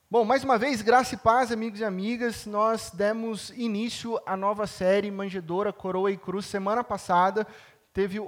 Bom, mais uma vez, graça e paz, amigos e amigas. Nós demos início à nova série Manjedoura, Coroa e Cruz. Semana passada teve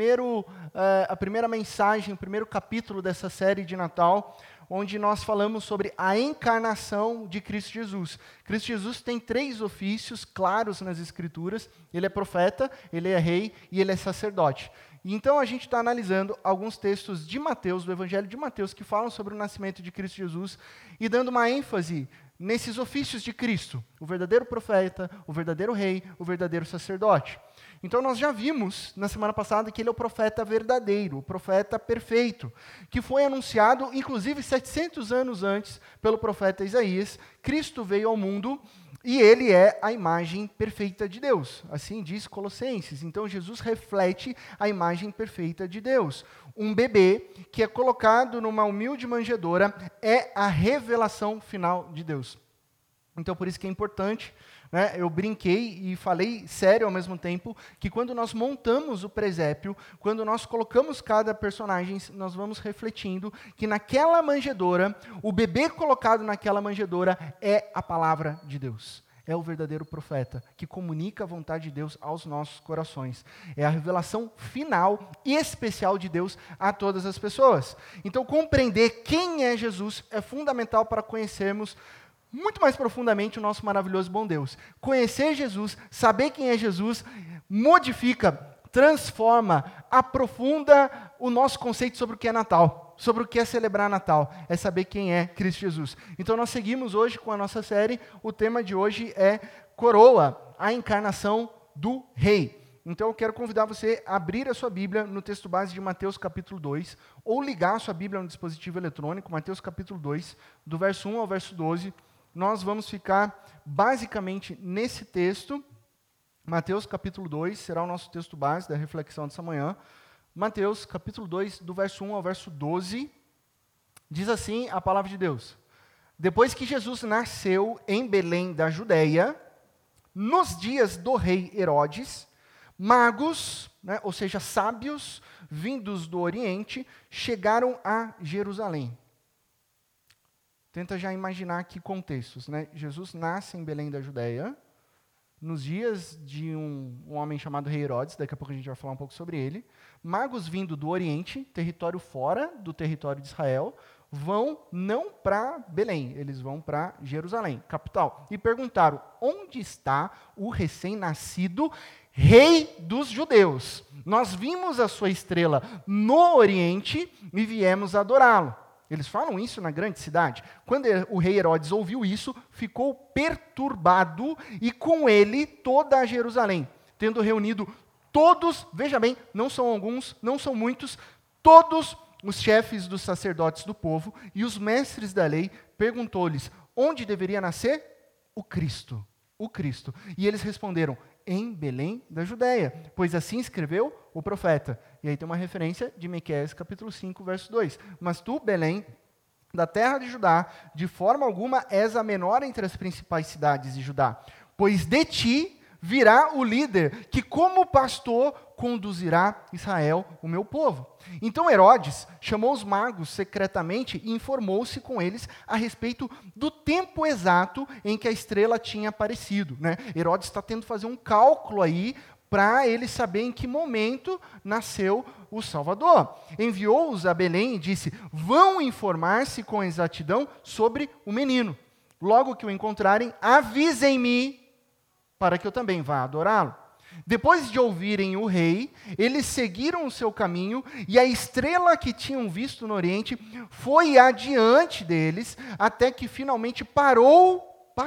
a primeira mensagem, o primeiro capítulo dessa série de Natal, onde nós falamos sobre a encarnação de Cristo Jesus. Cristo Jesus tem 3 ofícios claros nas Escrituras. Ele é profeta, ele é rei e ele é sacerdote. Então a gente está analisando alguns textos de Mateus, do Evangelho de Mateus, que falam sobre o nascimento de Cristo Jesus e dando uma ênfase nesses ofícios de Cristo, o verdadeiro profeta, o verdadeiro rei, o verdadeiro sacerdote. Então nós já vimos na semana passada que ele é o profeta verdadeiro, o profeta perfeito, que foi anunciado inclusive 700 anos antes pelo profeta Isaías. Cristo veio ao mundo e ele é a imagem perfeita de Deus, assim diz Colossenses. Então Jesus reflete a imagem perfeita de Deus. Um bebê que é colocado numa humilde manjedoura é a revelação final de Deus. Então por isso que é importante, né? Eu brinquei e falei sério ao mesmo tempo, que quando nós montamos o presépio, quando nós colocamos cada personagem, nós vamos refletindo que naquela manjedoura, o bebê colocado naquela manjedoura é a palavra de Deus. É o verdadeiro profeta, que comunica a vontade de Deus aos nossos corações. É a revelação final e especial de Deus a todas as pessoas. Então compreender quem é Jesus é fundamental para conhecermos muito mais profundamente o nosso maravilhoso bom Deus. Conhecer Jesus, saber quem é Jesus, modifica, transforma, aprofunda o nosso conceito sobre o que é Natal, sobre o que é celebrar Natal, é saber quem é Cristo Jesus. Então nós seguimos hoje com a nossa série, o tema de hoje é Coroa, a encarnação do Rei. Então eu quero convidar você a abrir a sua Bíblia no texto base de Mateus capítulo 2, ou ligar a sua Bíblia no dispositivo eletrônico, Mateus capítulo 2, do verso 1 ao verso 12, nós vamos ficar basicamente nesse texto. Mateus capítulo 2 será o nosso texto base da reflexão dessa manhã. Mateus capítulo 2, do verso 1 ao verso 12, diz assim a palavra de Deus: Depois que Jesus nasceu em Belém da Judéia, nos dias do rei Herodes, magos, né, ou seja, sábios, vindos do Oriente, chegaram a Jerusalém. Tenta já imaginar que contextos, né? Jesus nasce em Belém da Judéia, nos dias de um homem chamado rei Herodes, daqui a pouco a gente vai falar um pouco sobre ele. Magos vindo do Oriente, território fora do território de Israel, vão não para Belém, eles vão para Jerusalém, capital, e perguntaram: onde está o recém-nascido rei dos judeus? Nós vimos a sua estrela no Oriente e viemos adorá-lo. Eles falam isso na grande cidade. Quando o rei Herodes ouviu isso, ficou perturbado, e com ele toda a Jerusalém, tendo reunido todos, veja bem, não são alguns, não são muitos, todos os chefes dos sacerdotes do povo e os mestres da lei, perguntou-lhes: onde deveria nascer? O Cristo. O Cristo. E eles responderam: em Belém da Judéia, pois assim escreveu o profeta. E aí tem uma referência de Miqueias capítulo 5, verso 2. Mas tu, Belém, da terra de Judá, de forma alguma és a menor entre as principais cidades de Judá, pois de ti virá o líder que, como pastor, conduzirá Israel, o meu povo. Então Herodes chamou os magos secretamente e informou-se com eles a respeito do tempo exato em que a estrela tinha aparecido, né? Herodes está tendo que fazer um cálculo aí para ele saber em que momento nasceu o Salvador. Enviou-os a Belém e disse: vão informar-se com exatidão sobre o menino. Logo que o encontrarem, avisem-me para que eu também vá adorá-lo. Depois de ouvirem o rei, eles seguiram o seu caminho, e a estrela que tinham visto no Oriente foi adiante deles, até que finalmente parou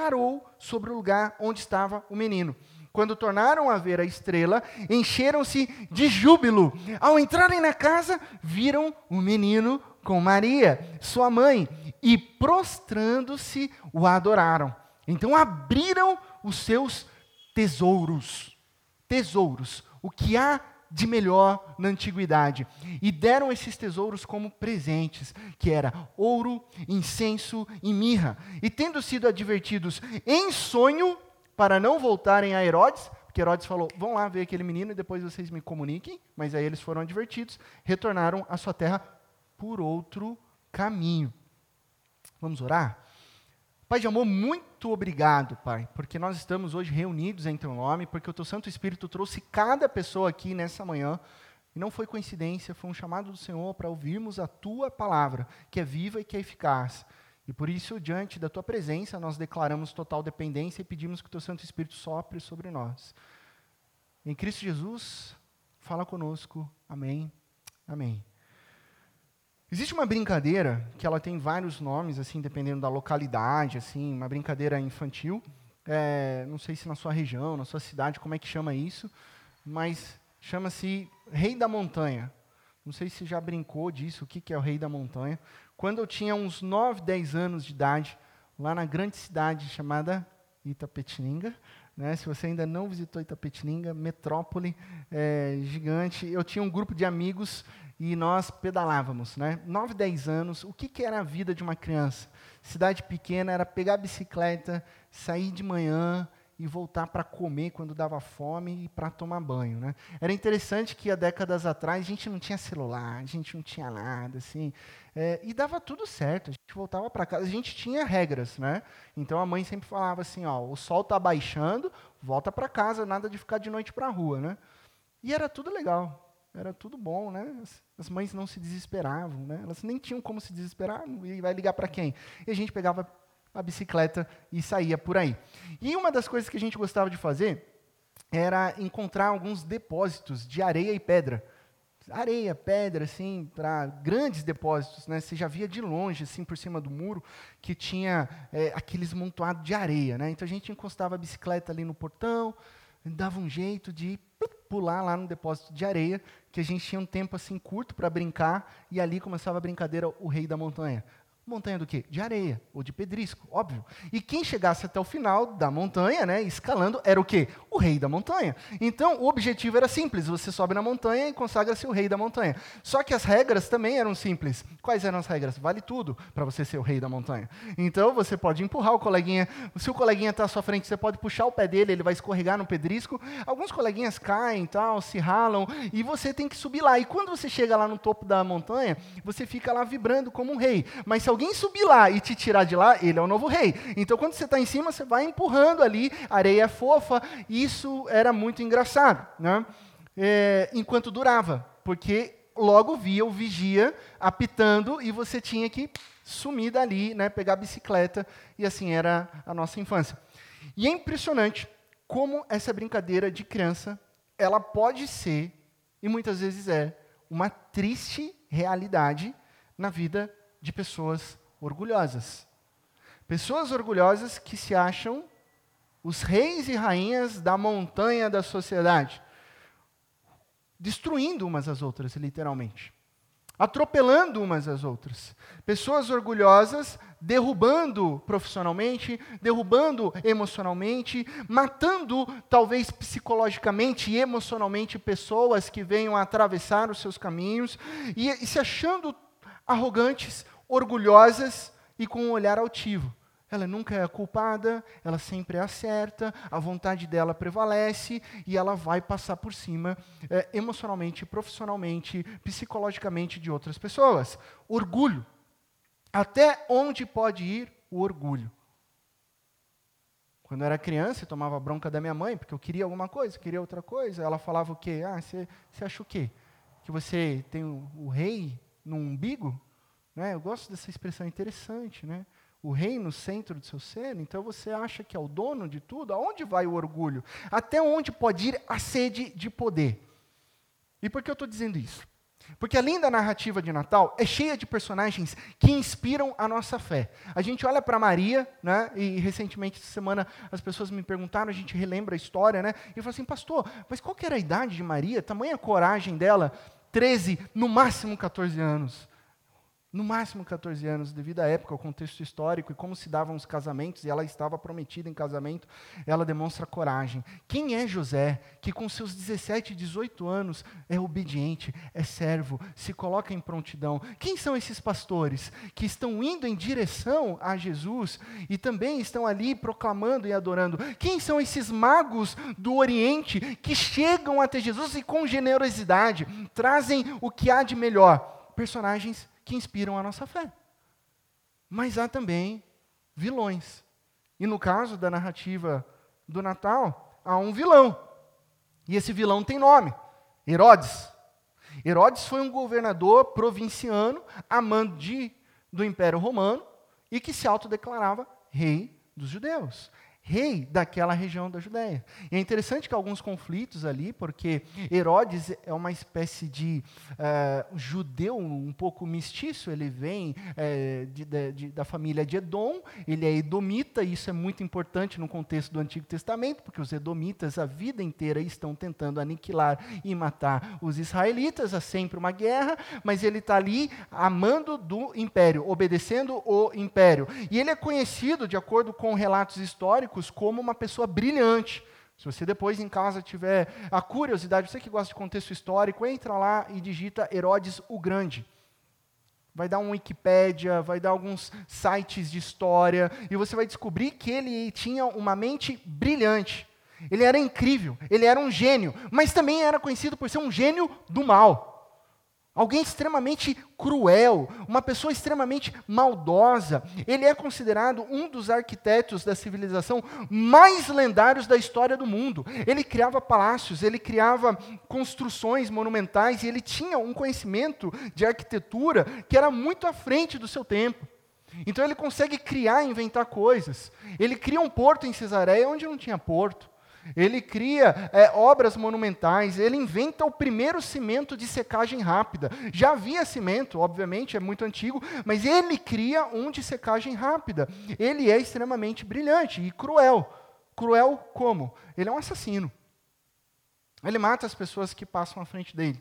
sobre o lugar onde estava o menino. Quando tornaram a ver a estrela, encheram-se de júbilo. Ao entrarem na casa, viram o menino com Maria, sua mãe, e prostrando-se, o adoraram. Então abriram os seus tesouros, o que há de melhor na antiguidade, e deram esses tesouros como presentes, que era ouro, incenso e mirra. E tendo sido advertidos em sonho para não voltarem a Herodes, porque Herodes falou: vão lá ver aquele menino e depois vocês me comuniquem, mas aí eles foram advertidos, retornaram à sua terra por outro caminho. Vamos orar? Pai de amor, muito obrigado, Pai, porque nós estamos hoje reunidos em Teu nome, porque o Teu Santo Espírito trouxe cada pessoa aqui nessa manhã, e não foi coincidência, foi um chamado do Senhor para ouvirmos a Tua palavra, que é viva e que é eficaz. E por isso, diante da Tua presença, nós declaramos total dependência e pedimos que o Teu Santo Espírito sopre sobre nós. Em Cristo Jesus, fala conosco. Amém. Amém. Existe uma brincadeira que ela tem vários nomes, assim, dependendo da localidade, assim, uma brincadeira infantil. Não sei se na sua região, na sua cidade, como é que chama isso, mas chama-se Rei da Montanha. Não sei se já brincou disso, o que é o Rei da Montanha. Quando eu tinha uns 9, 10 anos de idade, lá na grande cidade chamada Itapetininga, né? Se você ainda não visitou Itapetininga, metrópole gigante, eu tinha um grupo de amigos e nós pedalávamos, né? 9, 10 anos, o que era a vida de uma criança? Cidade pequena era pegar a bicicleta, sair de manhã e voltar para comer quando dava fome e para tomar banho, né? Era interessante que há décadas atrás a gente não tinha celular, a gente não tinha nada, assim, e dava tudo certo, a gente voltava para casa, a gente tinha regras, né? Então a mãe sempre falava assim, ó, o sol está baixando, volta para casa, nada de ficar de noite para a rua, né? E era tudo legal. Era tudo bom, né? As mães não se desesperavam, né? Elas nem tinham como se desesperar, e vai ligar para quem? E a gente pegava a bicicleta e saía por aí. E uma das coisas que a gente gostava de fazer era encontrar alguns depósitos de areia e pedra. Areia, pedra, assim, para grandes depósitos, né? Você já via de longe, assim, por cima do muro, que tinha aqueles montoados de areia, né? Então a gente encostava a bicicleta ali no portão, dava um jeito de pular lá no depósito de areia, que a gente tinha um tempo assim curto para brincar, e ali começava a brincadeira, o Rei da Montanha. Montanha do quê? De areia, ou de pedrisco, óbvio. E quem chegasse até o final da montanha, né, escalando, era o quê? O Rei da Montanha. Então, o objetivo era simples, você sobe na montanha e consagra-se o Rei da Montanha. Só que as regras também eram simples. Quais eram as regras? Vale tudo para você ser o Rei da Montanha. Então, você pode empurrar o coleguinha, se o coleguinha está à sua frente, você pode puxar o pé dele, ele vai escorregar no pedrisco. Alguns coleguinhas caem, tal, se ralam, e você tem que subir lá. E quando você chega lá no topo da montanha, você fica lá vibrando como um rei. Mas se alguém subir lá e te tirar de lá, ele é o novo rei. Então, quando você está em cima, você vai empurrando ali, areia fofa, isso era muito engraçado, né? Enquanto durava, porque logo via o vigia apitando e você tinha que sumir dali, né, pegar a bicicleta, e assim era a nossa infância. E é impressionante como essa brincadeira de criança, ela pode ser, e muitas vezes uma triste realidade na vida de pessoas orgulhosas. Pessoas orgulhosas que se acham os reis e rainhas da montanha da sociedade, destruindo umas às outras, literalmente. Atropelando umas às outras. Pessoas orgulhosas derrubando profissionalmente, derrubando emocionalmente, matando, talvez psicologicamente e emocionalmente, pessoas que venham a atravessar os seus caminhos e se achando arrogantes, orgulhosas e com um olhar altivo. Ela nunca é a culpada, ela sempre é a certa, a vontade dela prevalece e ela vai passar por cima emocionalmente, profissionalmente, psicologicamente de outras pessoas. Orgulho. Até onde pode ir o orgulho? Quando eu era criança, eu tomava bronca da minha mãe, porque eu queria alguma coisa, queria outra coisa. Ela falava o quê? Você acha o quê? Que você tem o rei no umbigo? Né? Eu gosto dessa expressão interessante, né? O rei no centro do seu ser, então você acha que é o dono de tudo? Aonde vai o orgulho? Até onde pode ir a sede de poder? E por que eu estou dizendo isso? Porque além da narrativa de Natal, é cheia de personagens que inspiram a nossa fé. A gente olha para Maria, né, e recentemente, essa semana, as pessoas me perguntaram, a gente relembra a história, né, e eu falo assim, pastor, mas qual que era a idade de Maria? Tamanha coragem dela? 13, no máximo 14 anos. No máximo 14 anos, devido à época, ao contexto histórico e como se davam os casamentos, e ela estava prometida em casamento, ela demonstra coragem. Quem é José, que com seus 17, 18 anos é obediente, é servo, se coloca em prontidão? Quem são esses pastores que estão indo em direção a Jesus e também estão ali proclamando e adorando? Quem são esses magos do Oriente que chegam até Jesus e com generosidade trazem o que há de melhor? Personagens que inspiram a nossa fé. Mas há também vilões. E no caso da narrativa do Natal, há um vilão. E esse vilão tem nome: Herodes. Herodes foi um governador provinciano, amante do Império Romano, e que se autodeclarava rei dos judeus, rei daquela região da Judéia. E é interessante que alguns conflitos ali, porque Herodes é uma espécie de judeu um pouco mestiço, ele vem da família de Edom, ele é edomita, e isso é muito importante no contexto do Antigo Testamento, porque os edomitas a vida inteira estão tentando aniquilar e matar os israelitas, há sempre uma guerra, mas ele está ali amando do império, obedecendo o império. E ele é conhecido, de acordo com relatos históricos, como uma pessoa brilhante. Se você depois em casa tiver a curiosidade, você que gosta de contexto histórico, entra lá e digita Herodes o Grande. Vai dar um Wikipédia, vai dar alguns sites de história, e você vai descobrir que ele tinha uma mente brilhante. Ele era incrível, ele era um gênio, mas também era conhecido por ser um gênio do mal. Alguém extremamente cruel, uma pessoa extremamente maldosa. Ele é considerado um dos arquitetos da civilização mais lendários da história do mundo. Ele criava palácios, ele criava construções monumentais, e ele tinha um conhecimento de arquitetura que era muito à frente do seu tempo. Então ele consegue criar e inventar coisas. Ele cria um porto em Cesareia onde não tinha porto. Ele cria obras monumentais, ele inventa o primeiro cimento de secagem rápida. Já havia cimento, obviamente, é muito antigo, mas ele cria um de secagem rápida. Ele é extremamente brilhante e cruel. Cruel como? Ele é um assassino. Ele mata as pessoas que passam à frente dele.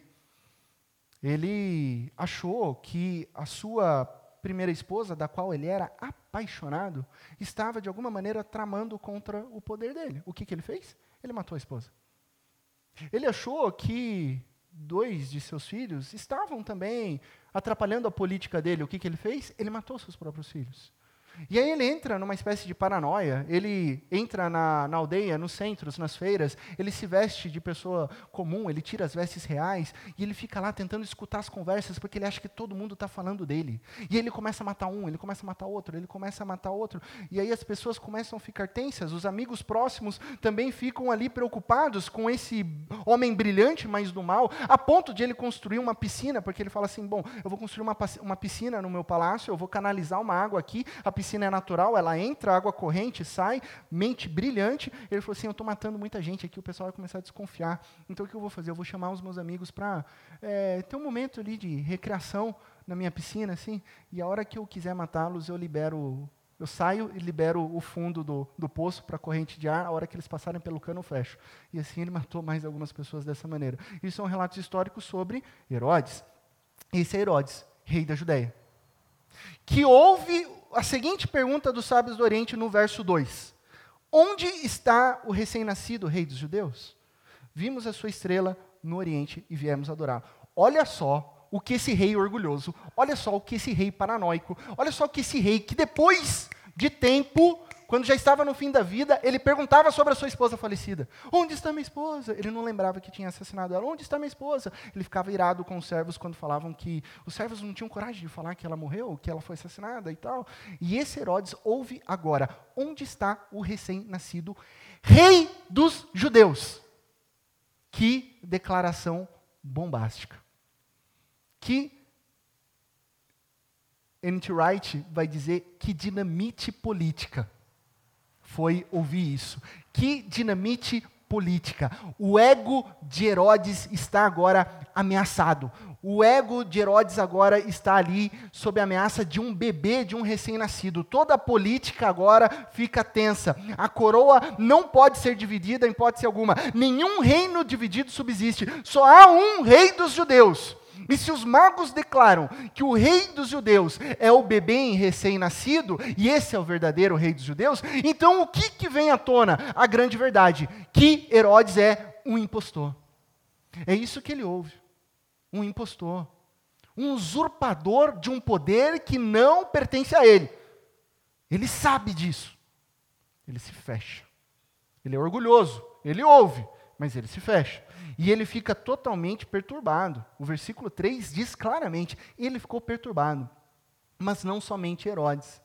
Ele achou que a sua primeira esposa, da qual ele era apaixonado, estava de alguma maneira tramando contra o poder dele. O que ele fez? Ele matou a esposa. Ele achou que 2 de seus filhos estavam também atrapalhando a política dele. O que ele fez? Ele matou seus próprios filhos. E aí ele entra numa espécie de paranoia, ele entra na aldeia, nos centros, nas feiras, ele se veste de pessoa comum, ele tira as vestes reais, e ele fica lá tentando escutar as conversas, porque ele acha que todo mundo está falando dele. E ele começa a matar um, ele começa a matar outro, ele começa a matar outro, e aí as pessoas começam a ficar tensas, os amigos próximos também ficam ali preocupados com esse homem brilhante, mas do mal, a ponto de ele construir uma piscina, porque ele fala assim, bom, eu vou construir uma piscina no meu palácio, eu vou canalizar uma água aqui, a piscina é natural, ela entra, água corrente, sai, mente brilhante. Ele falou assim, eu estou matando muita gente aqui, o pessoal vai começar a desconfiar. Então o que eu vou fazer? Eu vou chamar os meus amigos para ter um momento ali de recreação na minha piscina, assim, e a hora que eu quiser matá-los, eu saio e libero o fundo do poço para a corrente de ar, a hora que eles passarem pelo cano eu fecho. E assim ele matou mais algumas pessoas dessa maneira. Isso são relatos históricos sobre Herodes. Esse é Herodes, rei da Judéia, que houve a seguinte pergunta dos sábios do Oriente no verso 2. Onde está o recém-nascido rei dos judeus? Vimos a sua estrela no Oriente e viemos adorar. Olha só o que esse rei orgulhoso, olha só o que esse rei paranoico, olha só o que esse rei que depois de tempo, quando já estava no fim da vida, ele perguntava sobre a sua esposa falecida. Onde está minha esposa? Ele não lembrava que tinha assassinado ela. Onde está minha esposa? Ele ficava irado com os servos quando falavam que os servos não tinham coragem de falar que ela morreu, que ela foi assassinada e tal. E esse Herodes ouve agora, onde está o recém-nascido rei dos judeus? Que declaração bombástica. Que N.T. Wright vai dizer que dinamite política foi ouvir isso. Que dinamite política. O ego de Herodes está agora ameaçado. O ego de Herodes agora está ali sob a ameaça de um bebê, de um recém-nascido. Toda a política agora fica tensa. A coroa não pode ser dividida em hipótese alguma. Nenhum reino dividido subsiste. Só há um rei dos judeus. E se os magos declaram que o rei dos judeus é o bebê recém-nascido, e esse é o verdadeiro rei dos judeus, então o que vem à tona? A grande verdade, que Herodes é um impostor. É isso que ele ouve, um impostor. Um usurpador de um poder que não pertence a ele. Ele sabe disso. Ele se fecha. Ele é orgulhoso, ele ouve, mas ele se fecha. E ele fica totalmente perturbado. O versículo 3 diz claramente, ele ficou perturbado. Mas não somente Herodes.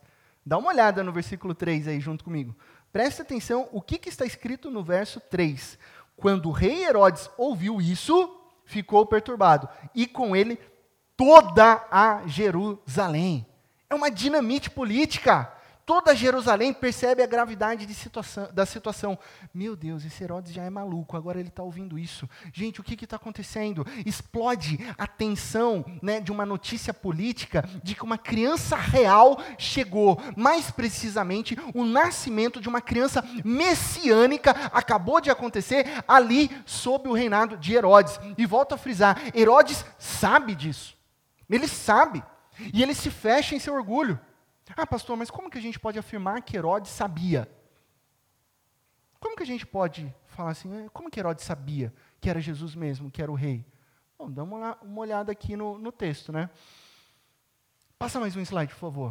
Dá uma olhada no versículo 3 aí junto comigo. Presta atenção o que está escrito no verso 3. Quando o rei Herodes ouviu isso, ficou perturbado. E com ele toda a Jerusalém. É uma dinamite política. Toda Jerusalém percebe a gravidade da situação. Meu Deus, esse Herodes já é maluco, agora ele está ouvindo isso. Gente, o que está acontecendo? Explode a tensão, né, de uma notícia política de que uma criança real chegou. Mais precisamente, o nascimento de uma criança messiânica acabou de acontecer ali sob o reinado de Herodes. E volto a frisar, Herodes sabe disso. Ele sabe. E ele se fecha em seu orgulho. Ah, pastor, mas como que a gente pode afirmar que Herodes sabia? Como que a gente pode falar assim, como que Herodes sabia que era Jesus mesmo, que era o rei? Bom, dá uma olhada aqui no texto, né? Passa mais um slide, por favor.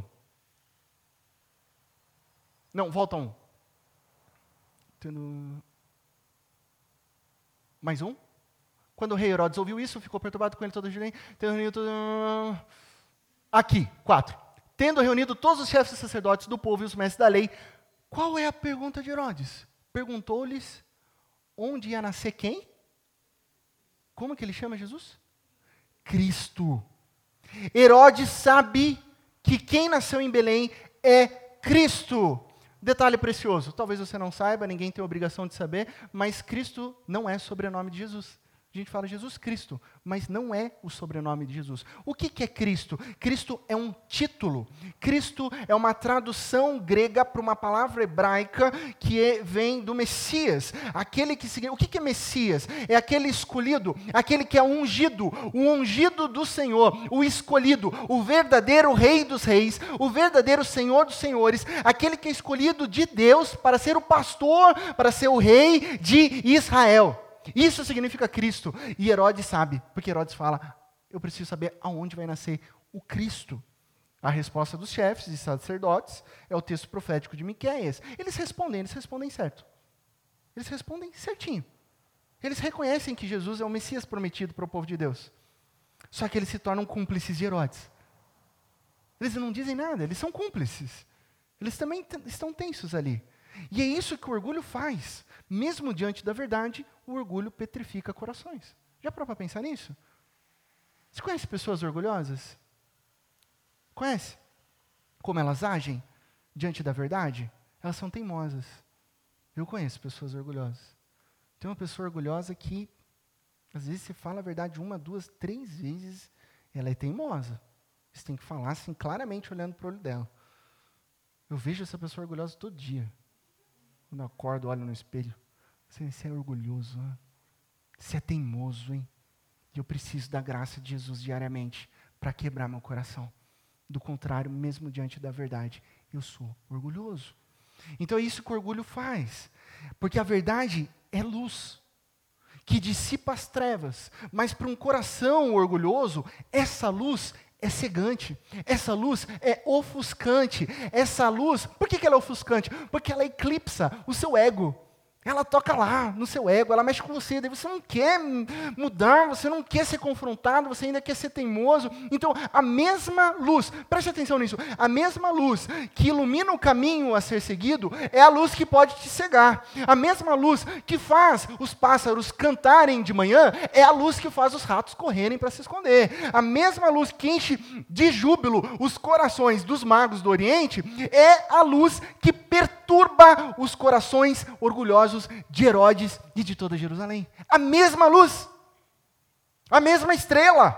Não, volta um. Mais um? Quando o rei Herodes ouviu isso, ficou perturbado com ele todo o Jerusalém. Aqui, 4. Tendo reunido todos os chefes sacerdotes do povo e os mestres da lei, qual é a pergunta de Herodes? Perguntou-lhes onde ia nascer quem? Como que ele chama Jesus? Cristo. Herodes sabe que quem nasceu em Belém é Cristo. Detalhe precioso, talvez você não saiba, ninguém tem a obrigação de saber, mas Cristo não é sobrenome de Jesus. A gente fala Jesus Cristo, mas não é o sobrenome de Jesus. O que é Cristo? Cristo é um título. Cristo é uma tradução grega para uma palavra hebraica que vem do Messias. Aquele que o que é Messias? É aquele escolhido, aquele que é ungido, o ungido do Senhor, o escolhido, o verdadeiro Rei dos Reis, o verdadeiro Senhor dos Senhores, aquele que é escolhido de Deus para ser o pastor, para ser o rei de Israel. Isso significa Cristo. E Herodes sabe, porque Herodes fala, eu preciso saber aonde vai nascer o Cristo. A resposta dos chefes e sacerdotes é o texto profético de Miqueias. Eles respondem certo. Eles respondem certinho. Eles reconhecem que Jesus é o Messias prometido para o povo de Deus. Só que eles se tornam cúmplices de Herodes. Eles não dizem nada, eles são cúmplices. Eles também estão tensos ali. E é isso que o orgulho faz. Mesmo diante da verdade, o orgulho petrifica corações. Já parou para pensar nisso? Você conhece pessoas orgulhosas? Conhece? Como elas agem diante da verdade? Elas são teimosas. Eu conheço pessoas orgulhosas. Tem uma pessoa orgulhosa que, às vezes, você fala a verdade 1, 2, 3 vezes, ela é teimosa. Você tem que falar assim, claramente, olhando para o olho dela. Eu vejo essa pessoa orgulhosa todo dia. Quando eu acordo, olho no espelho. Você é orgulhoso, hein? Você é teimoso, hein? E eu preciso da graça de Jesus diariamente para quebrar meu coração. Do contrário, mesmo diante da verdade, eu sou orgulhoso. Então é isso que o orgulho faz. Porque a verdade é luz, que dissipa as trevas. Mas para um coração orgulhoso, essa luz é cegante, essa luz é ofuscante, essa luz, por que ela é ofuscante? Porque ela eclipsa o seu ego, ela toca lá no seu ego, ela mexe com você, daí você não quer mudar, você não quer ser confrontado, você ainda quer ser teimoso. Então, a mesma luz, preste atenção nisso, a mesma luz que ilumina o caminho a ser seguido, é a luz que pode te cegar. A mesma luz que faz os pássaros cantarem de manhã, é a luz que faz os ratos correrem para se esconder. A mesma luz que enche de júbilo os corações dos magos do Oriente, é a luz que perturba os corações orgulhosos de Herodes e de toda Jerusalém. A mesma luz, a mesma estrela.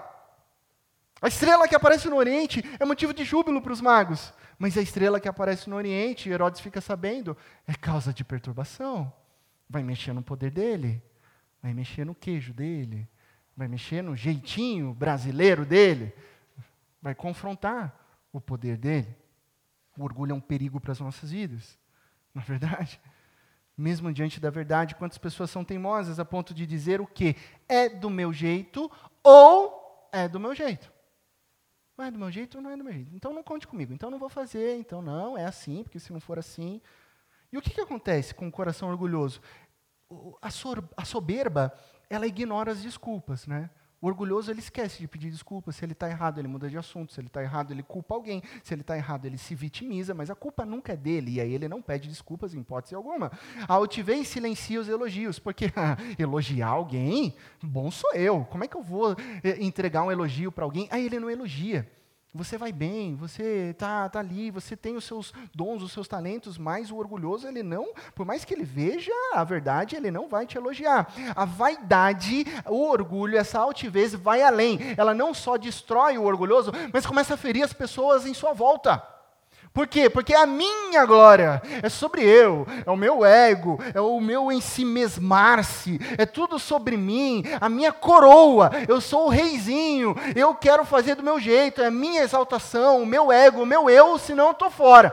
A estrela que aparece no Oriente é motivo de júbilo para os magos, mas a estrela que aparece no Oriente, Herodes fica sabendo, é causa de perturbação. Vai mexer no poder dele, vai mexer no queijo dele, vai mexer no jeitinho brasileiro dele, vai confrontar o poder dele. O orgulho é um perigo para as nossas vidas, não é verdade? Mesmo diante da verdade, quantas pessoas são teimosas a ponto de dizer o quê? É do meu jeito ou é do meu jeito? Não é do meu jeito ou não é do meu jeito? Então não conte comigo, então não vou fazer, então não, é assim, porque se não for assim... E o que acontece com o coração orgulhoso? A soberba, ela ignora as desculpas, né? O orgulhoso, ele esquece de pedir desculpas. Se ele está errado, ele muda de assunto. Se ele está errado, ele culpa alguém. Se ele está errado, ele se vitimiza, mas a culpa nunca é dele. E aí ele não pede desculpas em hipótese alguma. A altivez silencia os elogios, porque elogiar alguém, bom sou eu. Como é que eu vou entregar um elogio para alguém? Aí ele não elogia. Você vai bem, você tá ali, você tem os seus dons, os seus talentos, mas o orgulhoso, ele não, por mais que ele veja a verdade, ele não vai te elogiar. A vaidade, o orgulho, essa altivez vai além. Ela não só destrói o orgulhoso, mas começa a ferir as pessoas em sua volta. Por quê? Porque é a minha glória, é sobre eu, é o meu ego, é o meu ensimesmar-se, é tudo sobre mim, a minha coroa, eu sou o reizinho, eu quero fazer do meu jeito, é a minha exaltação, o meu ego, o meu eu, senão eu estou fora.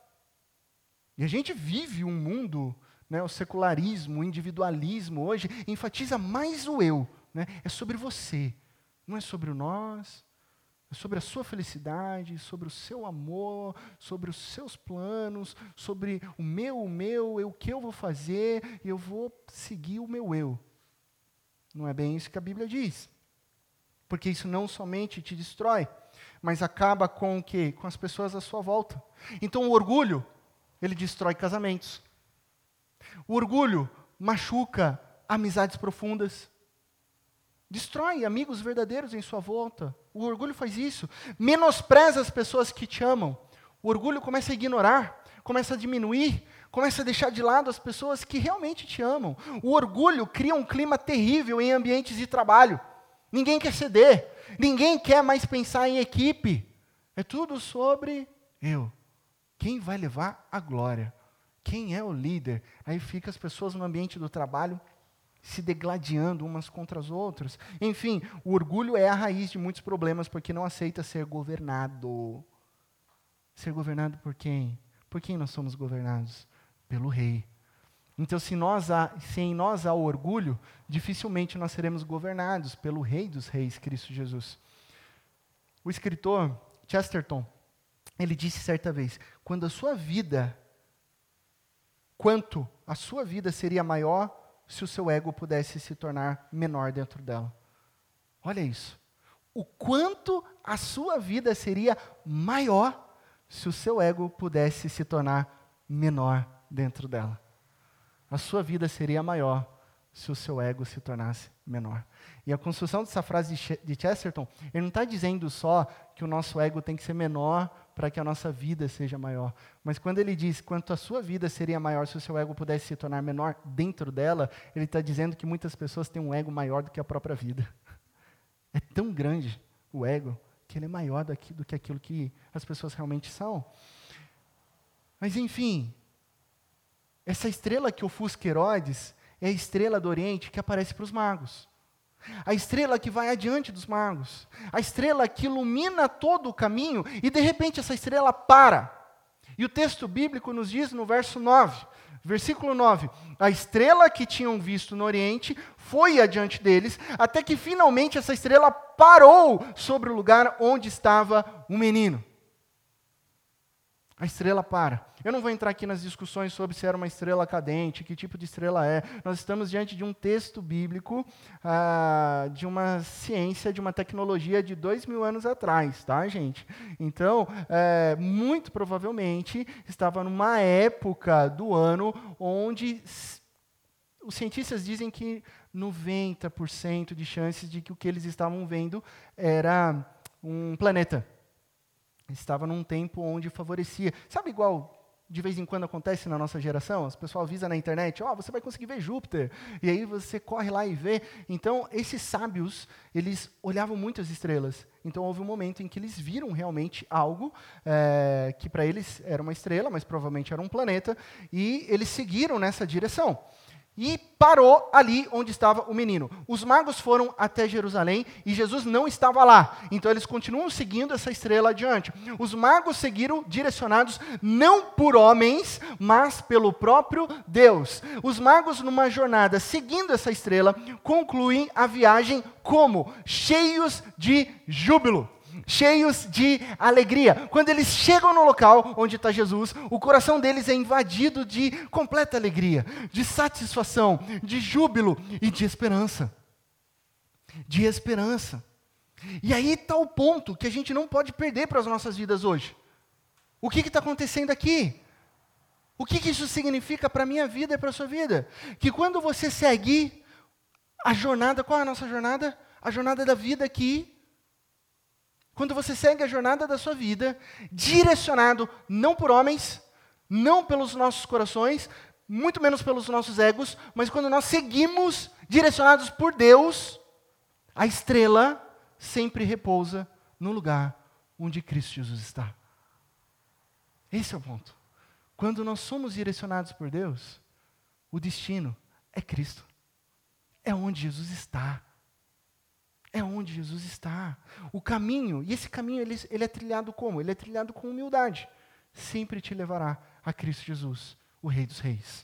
E a gente vive um mundo, né, o secularismo, o individualismo hoje, enfatiza mais o eu, né, é sobre você, não é sobre o nós. É sobre a sua felicidade, sobre o seu amor, sobre os seus planos, sobre o que eu vou fazer, e eu vou seguir o meu eu. Não é bem isso que a Bíblia diz. Porque isso não somente te destrói, mas acaba com o quê? Com as pessoas à sua volta. Então o orgulho, ele destrói casamentos. O orgulho machuca amizades profundas. Destrói amigos verdadeiros em sua volta. O orgulho faz isso. Menospreza as pessoas que te amam. O orgulho começa a ignorar, começa a diminuir, começa a deixar de lado as pessoas que realmente te amam. O orgulho cria um clima terrível em ambientes de trabalho. Ninguém quer ceder, ninguém quer mais pensar em equipe. É tudo sobre eu. Quem vai levar a glória? Quem é o líder? Aí fica as pessoas no ambiente do trabalho se degladiando umas contra as outras. Enfim, o orgulho é a raiz de muitos problemas, porque não aceita ser governado. Ser governado por quem? Por quem nós somos governados? Pelo rei. Então, se em nós há orgulho, dificilmente nós seremos governados pelo Rei dos Reis, Cristo Jesus. O escritor Chesterton, ele disse certa vez, quanto a sua vida seria maior se o seu ego pudesse se tornar menor dentro dela. Olha isso. O quanto a sua vida seria maior se o seu ego pudesse se tornar menor dentro dela. A sua vida seria maior se o seu ego se tornasse menor. E a construção dessa frase de Chesterton, ele não está dizendo só que o nosso ego tem que ser menor para que a nossa vida seja maior. Mas quando ele diz quanto a sua vida seria maior se o seu ego pudesse se tornar menor dentro dela, ele está dizendo que muitas pessoas têm um ego maior do que a própria vida. É tão grande o ego que ele é maior do que aquilo que as pessoas realmente são. Mas enfim, essa estrela que ofusca Herodes é a estrela do Oriente que aparece para os magos. A estrela que vai adiante dos magos. A estrela que ilumina todo o caminho e de repente essa estrela para. E o texto bíblico nos diz no versículo 9, a estrela que tinham visto no Oriente foi adiante deles, até que finalmente essa estrela parou sobre o lugar onde estava o menino. A estrela para. Eu não vou entrar aqui nas discussões sobre se era uma estrela cadente, que tipo de estrela é. Nós estamos diante de um texto bíblico, de uma ciência, de uma tecnologia de 2000 anos atrás, tá, gente? Então, muito provavelmente, estava numa época do ano onde os cientistas dizem que 90% de chances de que o que eles estavam vendo era um planeta. Estava num tempo onde favorecia. Sabe igual de vez em quando acontece na nossa geração? As pessoas avisam na internet, você vai conseguir ver Júpiter. E aí você corre lá e vê. Então, esses sábios, eles olhavam muito as estrelas. Então, houve um momento em que eles viram realmente algo que para eles era uma estrela, mas provavelmente era um planeta. E eles seguiram nessa direção. E parou ali onde estava o menino. Os magos foram até Jerusalém e Jesus não estava lá. Então eles continuam seguindo essa estrela adiante. Os magos seguiram direcionados não por homens, mas pelo próprio Deus. Os magos, numa jornada seguindo essa estrela, concluem a viagem como? Cheios de júbilo. Cheios de alegria. Quando eles chegam no local onde está Jesus, o coração deles é invadido de completa alegria, de satisfação, de júbilo e de esperança. de esperança. E aí está o ponto que a gente não pode perder para as nossas vidas hoje. O que está acontecendo aqui? O que isso significa para a minha vida e para a sua vida? Que quando você segue a jornada, qual é a nossa jornada? A jornada da vida aqui. Quando você segue a jornada da sua vida, direcionado não por homens, não pelos nossos corações, muito menos pelos nossos egos, mas quando nós seguimos direcionados por Deus, a estrela sempre repousa no lugar onde Cristo Jesus está. Esse é o ponto. Quando nós somos direcionados por Deus, o destino é Cristo. É onde Jesus está. É onde Jesus está. O caminho, e esse caminho ele é trilhado como? Ele é trilhado com humildade. Sempre te levará a Cristo Jesus, o Rei dos Reis.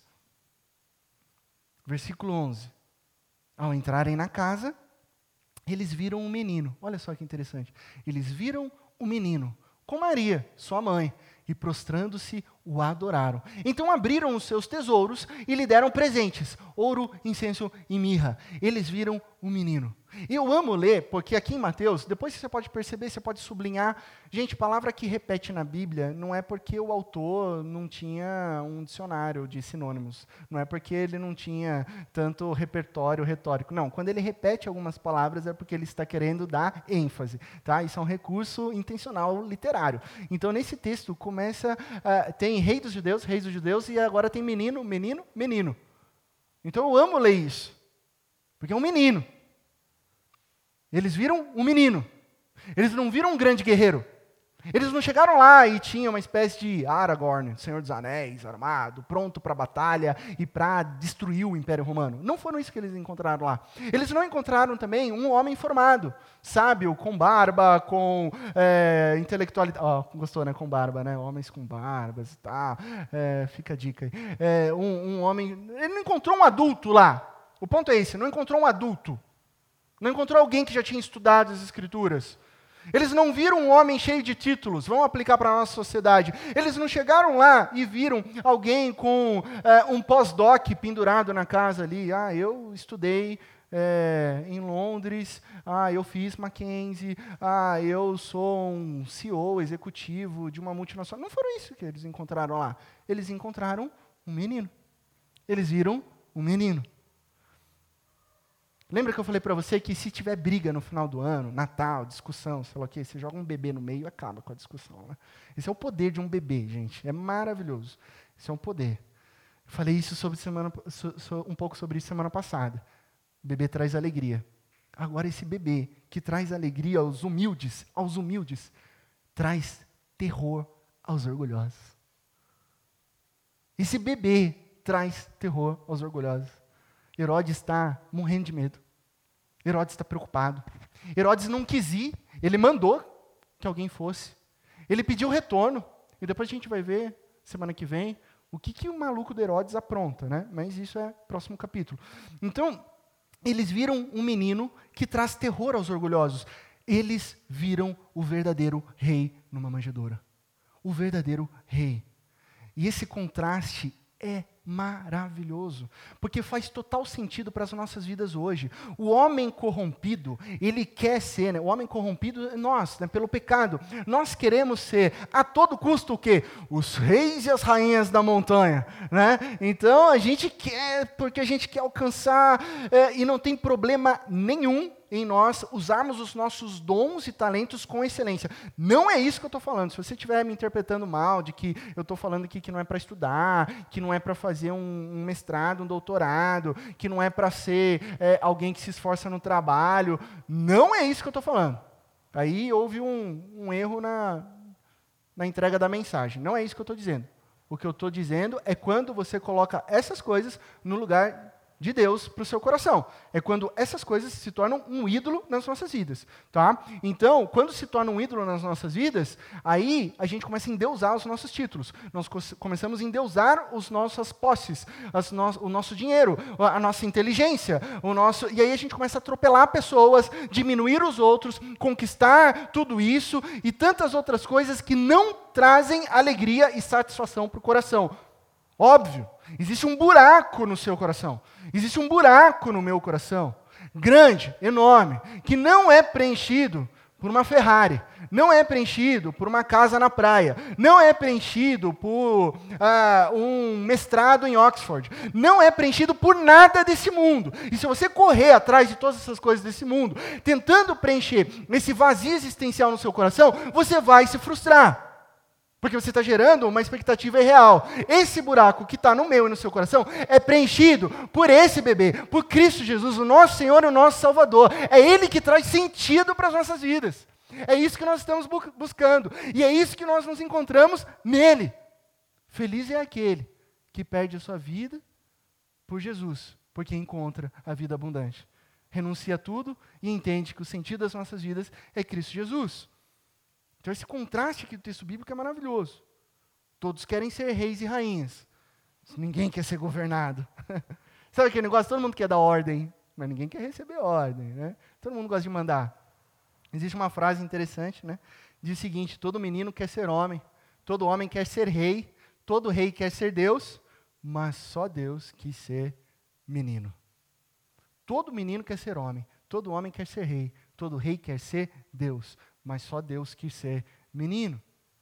Versículo 11. Ao entrarem na casa, eles viram um menino. Olha só que interessante. Eles viram um menino com Maria, sua mãe, e prostrando-se, o adoraram. Então abriram os seus tesouros e lhe deram presentes, ouro, incenso e mirra. Eles viram um menino. Eu amo ler, porque aqui em Mateus, depois você pode perceber, você pode sublinhar. Gente, palavra que repete na Bíblia não é porque o autor não tinha um dicionário de sinônimos. Não é porque ele não tinha tanto repertório retórico. Não, quando ele repete algumas palavras é porque ele está querendo dar ênfase. Tá? Isso é um recurso intencional literário. Então, nesse texto, começa, tem rei dos judeus, e agora tem menino. Então, eu amo ler isso, porque é um menino. Eles viram um menino. Eles não viram um grande guerreiro. Eles não chegaram lá e tinham uma espécie de Aragorn, Senhor dos Anéis, armado, pronto para a batalha e para destruir o Império Romano. Não foram isso que eles encontraram lá. Eles não encontraram também um homem formado, sábio, com barba, com intelectualidade. Gostou, né? Com barba, né? Homens com barbas, tá? Fica a dica aí. Um homem. Ele não encontrou um adulto lá. O ponto é esse: não encontrou um adulto. Não encontrou alguém que já tinha estudado as Escrituras. Eles não viram um homem cheio de títulos, vamos aplicar para a nossa sociedade. Eles não chegaram lá e viram alguém com um pós-doc pendurado na casa ali. Eu estudei em Londres, eu fiz Mackenzie, eu sou um CEO executivo de uma multinacional. Não foram isso que eles encontraram lá. Eles encontraram um menino. Eles viram um menino. Lembra que eu falei para você que se tiver briga no final do ano, Natal, discussão, sei lá o quê, você joga um bebê no meio e acaba com a discussão. Né? Esse é o poder de um bebê, gente. É maravilhoso. Esse é um poder. Eu falei isso um pouco sobre isso semana passada. O bebê traz alegria. Agora esse bebê que traz alegria aos humildes, traz terror aos orgulhosos. Esse bebê traz terror aos orgulhosos. Herodes está morrendo de medo. Herodes está preocupado. Herodes não quis ir, ele mandou que alguém fosse. Ele pediu retorno. E depois a gente vai ver, semana que vem, o que o maluco de Herodes apronta, né? Mas isso é próximo capítulo. Então, eles viram um menino que traz terror aos orgulhosos. Eles viram o verdadeiro rei numa manjedoura. O verdadeiro rei. E esse contraste é maravilhoso, porque faz total sentido para as nossas vidas hoje. O homem corrompido, ele quer ser, o homem corrompido, nós, pelo pecado, nós queremos ser, a todo custo, o quê? Os reis e as rainhas da montanha, né? Então, a gente quer, porque a gente quer alcançar, e não tem problema nenhum em nós usarmos os nossos dons e talentos com excelência. Não é isso que eu estou falando. Se você estiver me interpretando mal, de que eu estou falando aqui que não é para estudar, que não é para fazer um mestrado, um doutorado, que não é para ser alguém que se esforça no trabalho, não é isso que eu estou falando. Aí houve um erro na entrega da mensagem. Não é isso que eu estou dizendo. O que eu estou dizendo é quando você coloca essas coisas no lugar de Deus para o seu coração. É quando essas coisas se tornam um ídolo nas nossas vidas. Tá? Então, quando se torna um ídolo nas nossas vidas, aí a gente começa a endeusar os nossos títulos. Nós começamos a endeusar as nossas posses, o nosso dinheiro, a nossa inteligência, e aí a gente começa a atropelar pessoas, diminuir os outros, conquistar tudo isso e tantas outras coisas que não trazem alegria e satisfação para o coração. Óbvio, existe um buraco no seu coração. Existe um buraco no meu coração. grande, enorme, que não é preenchido por uma Ferrari, não é preenchido por uma casa na praia, não é preenchido por um mestrado em Oxford, não é preenchido por nada desse mundo. E se você correr atrás de todas essas coisas desse mundo, tentando preencher esse vazio existencial no seu coração, você vai se frustrar. Porque você está gerando uma expectativa irreal. Esse buraco que está no meu e no seu coração é preenchido por esse bebê, por Cristo Jesus, o nosso Senhor e o nosso Salvador. É Ele que traz sentido para as nossas vidas. É isso que nós estamos buscando. E é isso que nós nos encontramos nele. Feliz é aquele que perde a sua vida por Jesus, porque encontra a vida abundante. Renuncia a tudo e entende que o sentido das nossas vidas é Cristo Jesus. Então esse contraste aqui do texto bíblico é maravilhoso. Todos querem ser reis e rainhas. Ninguém quer ser governado. Sabe aquele negócio? Todo mundo quer dar ordem, mas ninguém quer receber ordem, né? Todo mundo gosta de mandar. Existe uma frase interessante, né? Diz o seguinte: todo menino quer ser homem, todo homem quer ser rei, todo rei quer ser Deus, mas só Deus quis ser menino. Todo menino quer ser homem, todo homem quer ser rei, todo rei quer ser Deus, mas só Deus quis ser menino.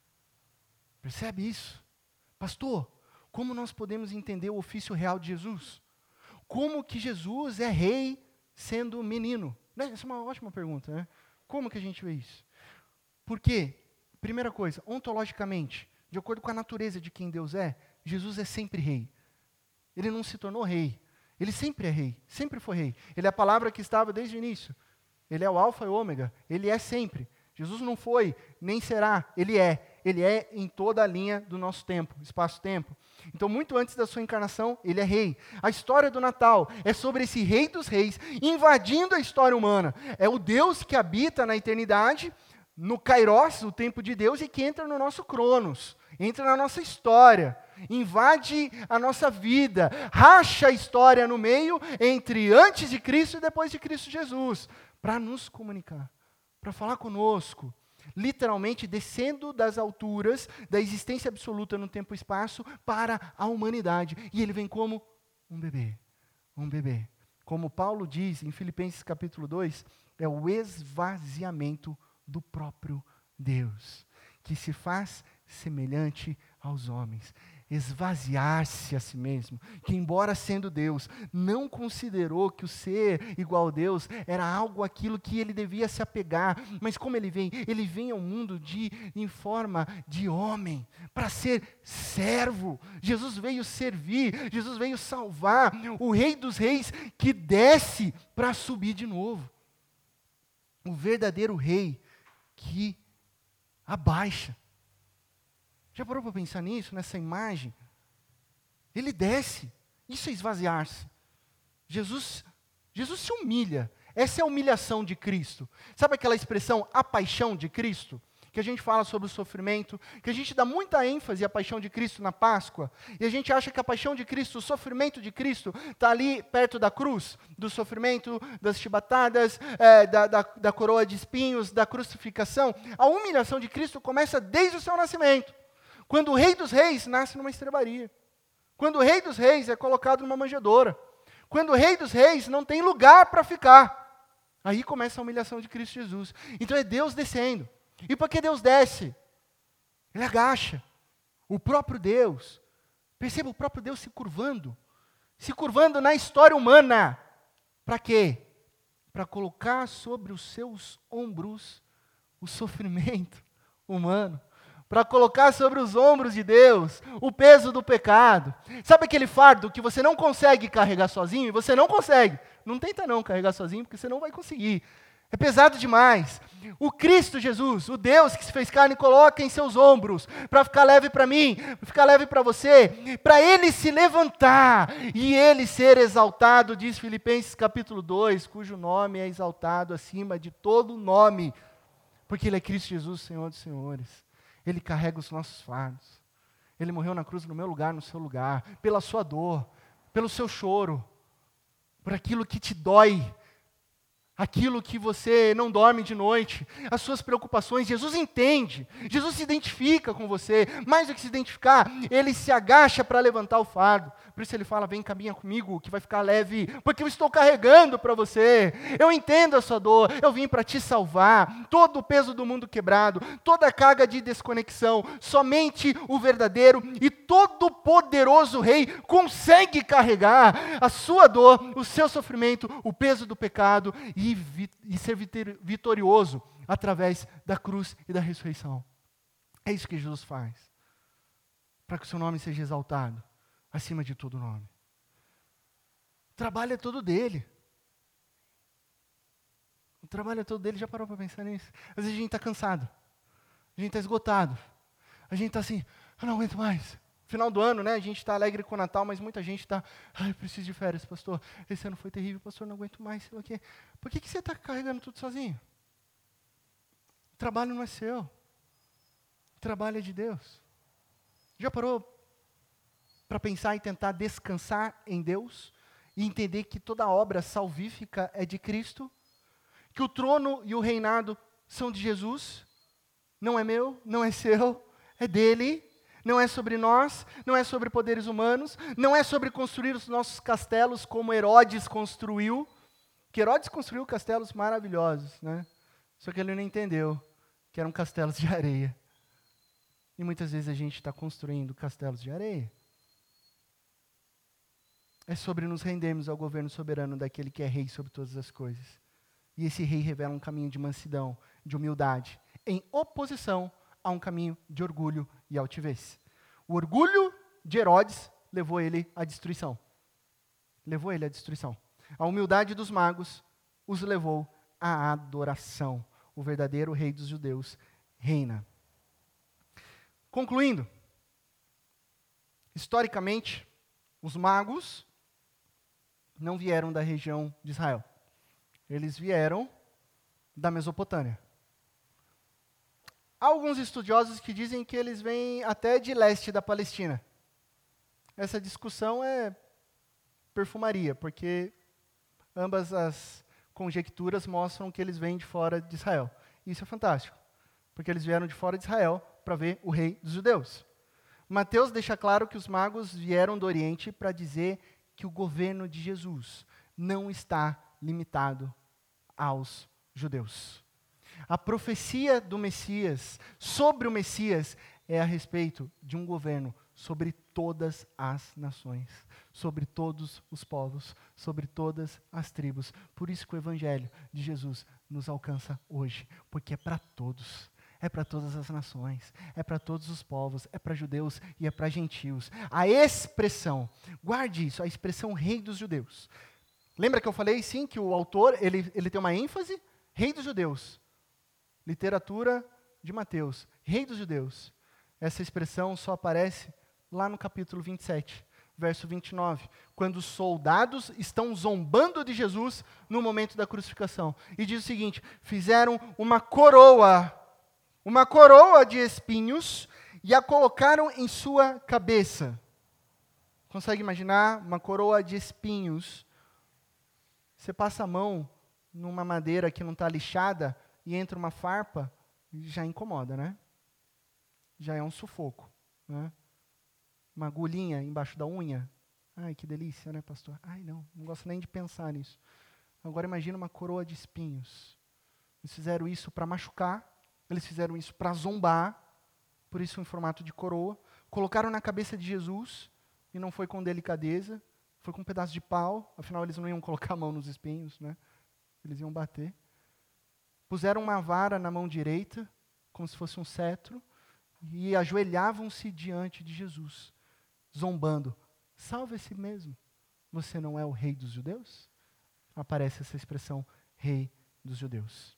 Percebe isso? Pastor, como nós podemos entender o ofício real de Jesus? Como que Jesus é rei sendo menino? Essa é uma ótima pergunta, né? Como que a gente vê isso? Porque, primeira coisa, ontologicamente, de acordo com a natureza de quem Deus é, Jesus é sempre rei. Ele não se tornou rei. Ele sempre é rei, sempre foi rei. Ele é a palavra que estava desde o início. Ele é o alfa e o ômega. Ele é sempre. Jesus não foi, nem será, ele é. Ele é em toda a linha do nosso tempo, espaço-tempo. Então, muito antes da sua encarnação, ele é rei. A história do Natal é sobre esse rei dos reis invadindo a história humana. É o Deus que habita na eternidade, no Kairos, o tempo de Deus, e que entra no nosso Cronos, entra na nossa história, invade a nossa vida, racha a história no meio entre antes de Cristo e depois de Cristo Jesus, para nos comunicar, para falar conosco, literalmente descendo das alturas da existência absoluta no tempo e espaço para a humanidade. E ele vem como um bebê, um bebê. Como Paulo diz em Filipenses capítulo 2, é o esvaziamento do próprio Deus, que se faz semelhante aos homens. Esvaziar-se a si mesmo, que embora sendo Deus, não considerou que o ser igual a Deus era algo aquilo que ele devia se apegar, mas como ele vem ao mundo em forma de homem, para ser servo. Jesus veio servir, Jesus veio salvar, o Rei dos Reis que desce para subir de novo. O verdadeiro rei que abaixa. Já parou para pensar nisso, nessa imagem? Ele desce. Isso é esvaziar-se. Jesus se humilha. Essa é a humilhação de Cristo. Sabe aquela expressão, a paixão de Cristo? Que a gente fala sobre o sofrimento, que a gente dá muita ênfase à paixão de Cristo na Páscoa, e a gente acha que a paixão de Cristo, o sofrimento de Cristo, está ali perto da cruz, do sofrimento, das chibatadas, da coroa de espinhos, da crucificação. A humilhação de Cristo começa desde o seu nascimento. Quando o Rei dos Reis nasce numa estrebaria. Quando o Rei dos Reis é colocado numa manjedoura. Quando o Rei dos Reis não tem lugar para ficar. Aí começa a humilhação de Cristo Jesus. Então é Deus descendo. E por que Deus desce? Ele agacha. O próprio Deus. Perceba o próprio Deus se curvando. Se curvando na história humana. Para quê? Para colocar sobre os seus ombros o sofrimento humano. Para colocar sobre os ombros de Deus o peso do pecado. Sabe aquele fardo que você não consegue carregar sozinho? E você não consegue. Não tenta não carregar sozinho, porque você não vai conseguir. É pesado demais. O Cristo Jesus, o Deus que se fez carne, coloca em seus ombros, para ficar leve para mim, para ficar leve para você, para Ele se levantar e Ele ser exaltado, diz Filipenses capítulo 2, cujo nome é exaltado acima de todo nome, porque Ele é Cristo Jesus, Senhor dos senhores. Ele carrega os nossos fardos. Ele morreu na cruz no meu lugar, no seu lugar, pela sua dor, pelo seu choro, por aquilo que te dói. aquilo que você não dorme de noite, as suas preocupações. Jesus entende, Jesus se identifica com você. Mais do que se identificar, ele se agacha para levantar o fardo. Por isso ele fala: vem, caminha comigo, que vai ficar leve, porque eu estou carregando para você. Eu entendo a sua dor, eu vim para te salvar. Todo o peso do mundo quebrado, toda a carga de desconexão, somente o verdadeiro e todo poderoso Rei consegue carregar a sua dor, o seu sofrimento, o peso do pecado e ser vitorioso através da cruz e da ressurreição. É isso que Jesus faz, para que o seu nome seja exaltado acima de todo nome. O trabalho é todo dele. O trabalho é todo dele. Já parou para pensar nisso? Às vezes a gente está cansado, a gente está esgotado, a gente está assim: eu não aguento mais. Final do ano, né? A gente está alegre com o Natal, mas muita gente está: ai, preciso de férias, pastor. Esse ano foi terrível, pastor, não aguento mais. Sei lá o quê. Por que você está carregando tudo sozinho? O trabalho não é seu. O trabalho é de Deus. Já parou para pensar e tentar descansar em Deus e entender que toda a obra salvífica é de Cristo? Que o trono e o reinado são de Jesus? Não é meu, não é seu, é dele. Não é sobre nós, não é sobre poderes humanos, não é sobre construir os nossos castelos como Herodes construiu. Que Herodes construiu castelos maravilhosos, né? Só que ele não entendeu que eram castelos de areia. E muitas vezes a gente está construindo castelos de areia. É sobre nos rendermos ao governo soberano daquele que é rei sobre todas as coisas. E esse rei revela um caminho de mansidão, de humildade, em oposição a um caminho de orgulho e altivez. O orgulho de Herodes levou ele à destruição. Levou ele à destruição. A humildade dos magos os levou à adoração. O verdadeiro rei dos judeus reina. Concluindo, historicamente, os magos não vieram da região de Israel. Eles vieram da Mesopotâmia. Há alguns estudiosos que dizem que eles vêm até de leste da Palestina. Essa discussão é perfumaria, porque ambas as conjecturas mostram que eles vêm de fora de Israel. Isso é fantástico, porque eles vieram de fora de Israel para ver o rei dos judeus. Mateus deixa claro que os magos vieram do Oriente para dizer que o governo de Jesus não está limitado aos judeus. A profecia do Messias, sobre o Messias, é a respeito de um governo sobre todas as nações, sobre todos os povos, sobre todas as tribos. Por isso que o Evangelho de Jesus nos alcança hoje, porque é para todos. É para todas as nações, é para todos os povos, é para judeus e é para gentios. A expressão, guarde isso, a expressão rei dos judeus. Lembra que eu falei, sim, que o autor, ele tem uma ênfase? Rei dos judeus. Literatura de Mateus, rei dos judeus. Essa expressão só aparece lá no capítulo 27, verso 29, quando os soldados estão zombando de Jesus no momento da crucificação. E diz o seguinte: fizeram uma coroa de espinhos e a colocaram em sua cabeça. Consegue imaginar uma coroa de espinhos? Você passa a mão numa madeira que não está lixada e entra uma farpa, já incomoda, né? Já é um sufoco, né? Uma agulhinha embaixo da unha. Ai, que delícia, né, pastor? Ai, não gosto nem de pensar nisso. Agora imagina uma coroa de espinhos. Eles fizeram isso para machucar, eles fizeram isso para zombar, por isso em formato de coroa. Colocaram na cabeça de Jesus, e não foi com delicadeza, foi com um pedaço de pau, afinal eles não iam colocar a mão nos espinhos, né? Eles iam bater. Puseram uma vara na mão direita, como se fosse um cetro, e ajoelhavam-se diante de Jesus, zombando. Salve-se mesmo, você não é o rei dos judeus? Aparece essa expressão, rei dos judeus.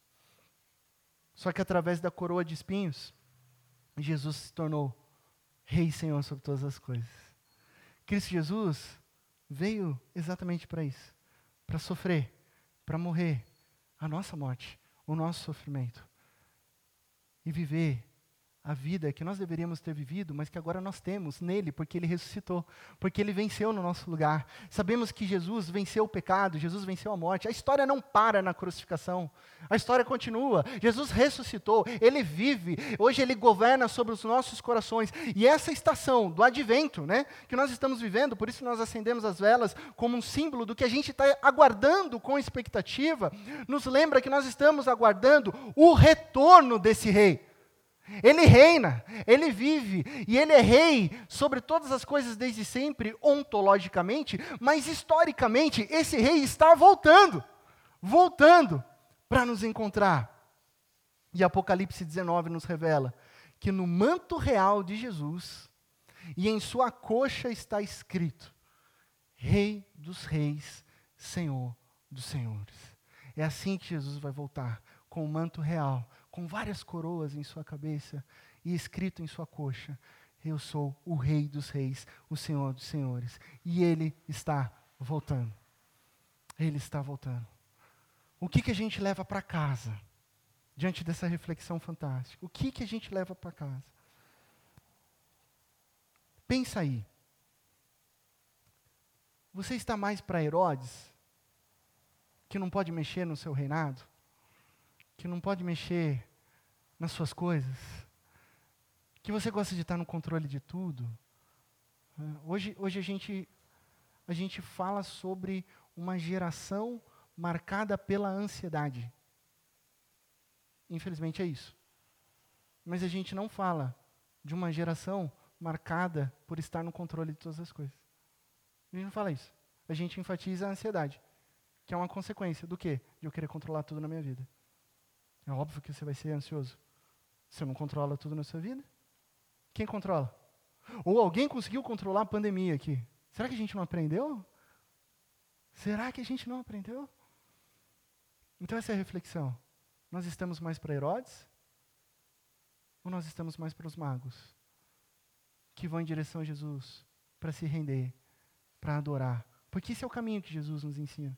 Só que através da coroa de espinhos, Jesus se tornou rei e senhor sobre todas as coisas. Cristo Jesus veio exatamente para isso, para sofrer, para morrer a nossa morte, o nosso sofrimento, e viver a vida que nós deveríamos ter vivido, mas que agora nós temos nele, porque ele ressuscitou, porque ele venceu no nosso lugar. Sabemos que Jesus venceu o pecado, Jesus venceu a morte. A história não para na crucificação, a história continua. Jesus ressuscitou, ele vive, hoje ele governa sobre os nossos corações. E essa estação do advento, né, que nós estamos vivendo, por isso nós acendemos as velas como um símbolo do que a gente está aguardando com expectativa, nos lembra que nós estamos aguardando o retorno desse rei. Ele reina, ele vive, e ele é rei sobre todas as coisas desde sempre, ontologicamente, mas historicamente, esse rei está voltando para nos encontrar. E Apocalipse 19 nos revela que no manto real de Jesus, e em sua coxa está escrito, Rei dos Reis, Senhor dos Senhores. É assim que Jesus vai voltar, com o manto real, com várias coroas em sua cabeça e escrito em sua coxa, eu sou o Rei dos Reis, o Senhor dos Senhores. E Ele está voltando. Ele está voltando. O que a gente leva para casa, diante dessa reflexão fantástica? O que a gente leva para casa? Pensa aí. Você está mais para Herodes, que não pode mexer no seu reinado? Que não pode mexer nas suas coisas, que você gosta de estar no controle de tudo. Hoje a gente fala sobre uma geração marcada pela ansiedade. Infelizmente é isso. Mas a gente não fala de uma geração marcada por estar no controle de todas as coisas. A gente não fala isso. A gente enfatiza a ansiedade, que é uma consequência do quê? De eu querer controlar tudo na minha vida. É óbvio que você vai ser ansioso. Você não controla tudo na sua vida? Quem controla? Ou alguém conseguiu controlar a pandemia aqui? Será que a gente não aprendeu? Será que a gente não aprendeu? Então essa é a reflexão. Nós estamos mais para Herodes? Ou nós estamos mais para os magos? Que vão em direção a Jesus para se render, para adorar. Porque esse é o caminho que Jesus nos ensina.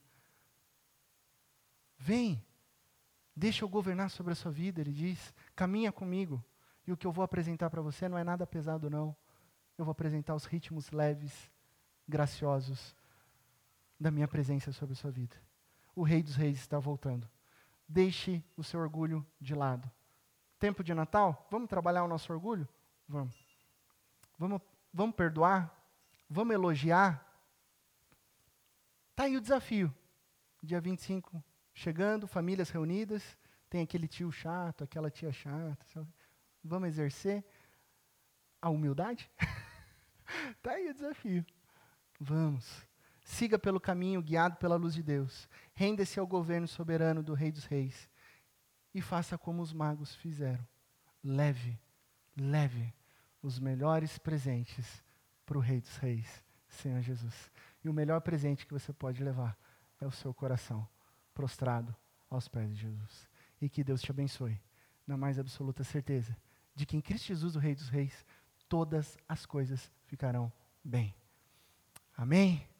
Vem. Deixa eu governar sobre a sua vida, ele diz. Caminha comigo. E o que eu vou apresentar para você não é nada pesado, não. Eu vou apresentar os ritmos leves, graciosos da minha presença sobre a sua vida. O Rei dos Reis está voltando. Deixe o seu orgulho de lado. Tempo de Natal? Vamos trabalhar o nosso orgulho? Vamos. Vamos perdoar? Vamos elogiar? Está aí o desafio. Dia 25 chegando, famílias reunidas, tem aquele tio chato, aquela tia chata. Sabe? Vamos exercer a humildade? Está aí o desafio. Vamos. Siga pelo caminho guiado pela luz de Deus. Renda-se ao governo soberano do Rei dos Reis. E faça como os magos fizeram. Leve os melhores presentes para o Rei dos Reis, Senhor Jesus. E o melhor presente que você pode levar é o seu coração prostrado aos pés de Jesus. E que Deus te abençoe, na mais absoluta certeza de que em Cristo Jesus, o Rei dos Reis, todas as coisas ficarão bem. Amém?